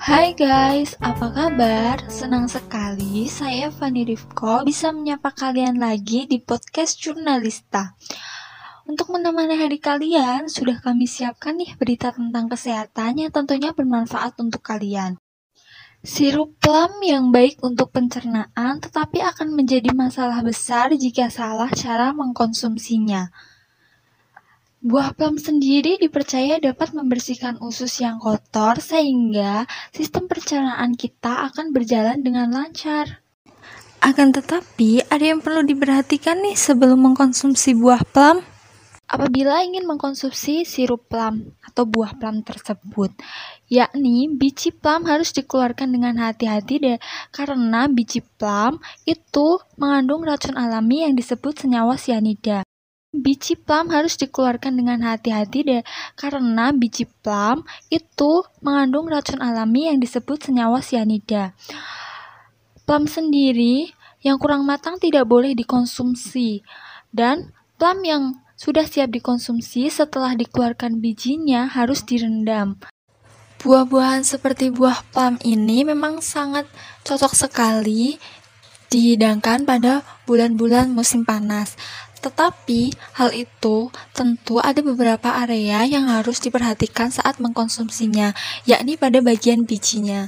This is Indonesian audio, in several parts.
Hai guys, apa kabar? Senang sekali saya Fani Rifko bisa menyapa kalian lagi di podcast Jurnalista. Untuk menemani hari kalian, sudah kami siapkan nih berita tentang kesehatan yang tentunya bermanfaat untuk kalian. Sirup plum yang baik untuk pencernaan tetapi akan menjadi masalah besar jika salah cara mengkonsumsinya. Buah plum sendiri dipercaya dapat membersihkan usus yang kotor sehingga sistem pencernaan kita akan berjalan dengan lancar. Akan tetapi, ada yang perlu diperhatikan nih sebelum mengkonsumsi buah plum. Apabila ingin mengkonsumsi sirup plum atau buah plum tersebut, yakni biji plum harus dikeluarkan dengan hati-hati karena biji plum itu mengandung racun alami yang disebut senyawa sianida. Biji plum harus dikeluarkan dengan hati-hati karena biji plum itu mengandung racun alami yang disebut senyawa sianida. Plum sendiri yang kurang matang tidak boleh dikonsumsi, dan plum yang sudah siap dikonsumsi setelah dikeluarkan bijinya harus direndam. Buah-buahan seperti buah plum ini memang sangat cocok sekali dihidangkan pada bulan-bulan musim panas. Tetapi, hal itu tentu ada beberapa area yang harus diperhatikan saat mengkonsumsinya, yakni pada bagian bijinya.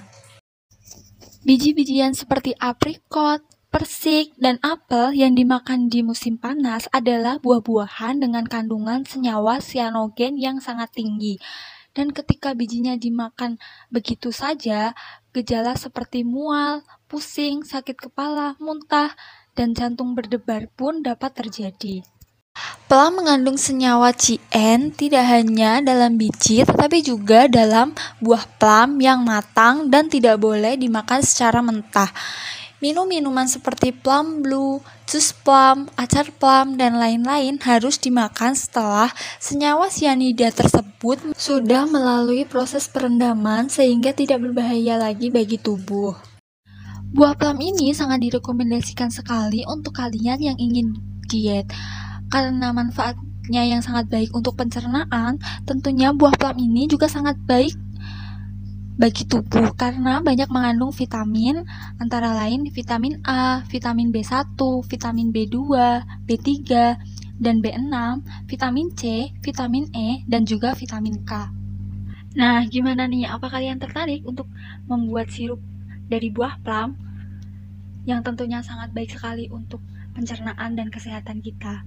Biji-bijian seperti aprikot, persik, dan apel yang dimakan di musim panas adalah buah-buahan dengan kandungan senyawa sianogen yang sangat tinggi. Dan ketika bijinya dimakan begitu saja, gejala seperti mual, pusing, sakit kepala, muntah, dan jantung berdebar pun dapat terjadi. Plum mengandung senyawa CN tidak hanya dalam biji tetapi juga dalam buah plum yang matang dan tidak boleh dimakan secara mentah. Minum-minuman seperti plum blue, jus plum, acar plum, dan lain-lain harus dimakan setelah senyawa sianida tersebut sudah melalui proses perendaman sehingga tidak berbahaya lagi bagi tubuh. Buah plum ini sangat direkomendasikan sekali untuk kalian yang ingin diet. Karena manfaatnya yang sangat baik untuk pencernaan, tentunya buah plum ini juga sangat baik bagi tubuh karena banyak mengandung vitamin, antara lain vitamin A, vitamin B1, vitamin B2, B3, dan B6, vitamin C, vitamin E, dan juga vitamin K. Nah, gimana nih? Apa kalian tertarik untuk membuat sirup dari buah plum yang tentunya sangat baik sekali untuk pencernaan dan kesehatan kita?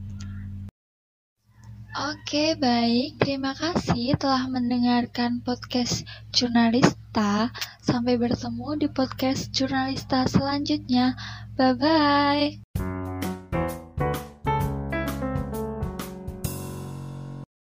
Oke, baik. Terima kasih telah mendengarkan podcast Jurnalista. Sampai bertemu di podcast Jurnalista selanjutnya. Bye-bye.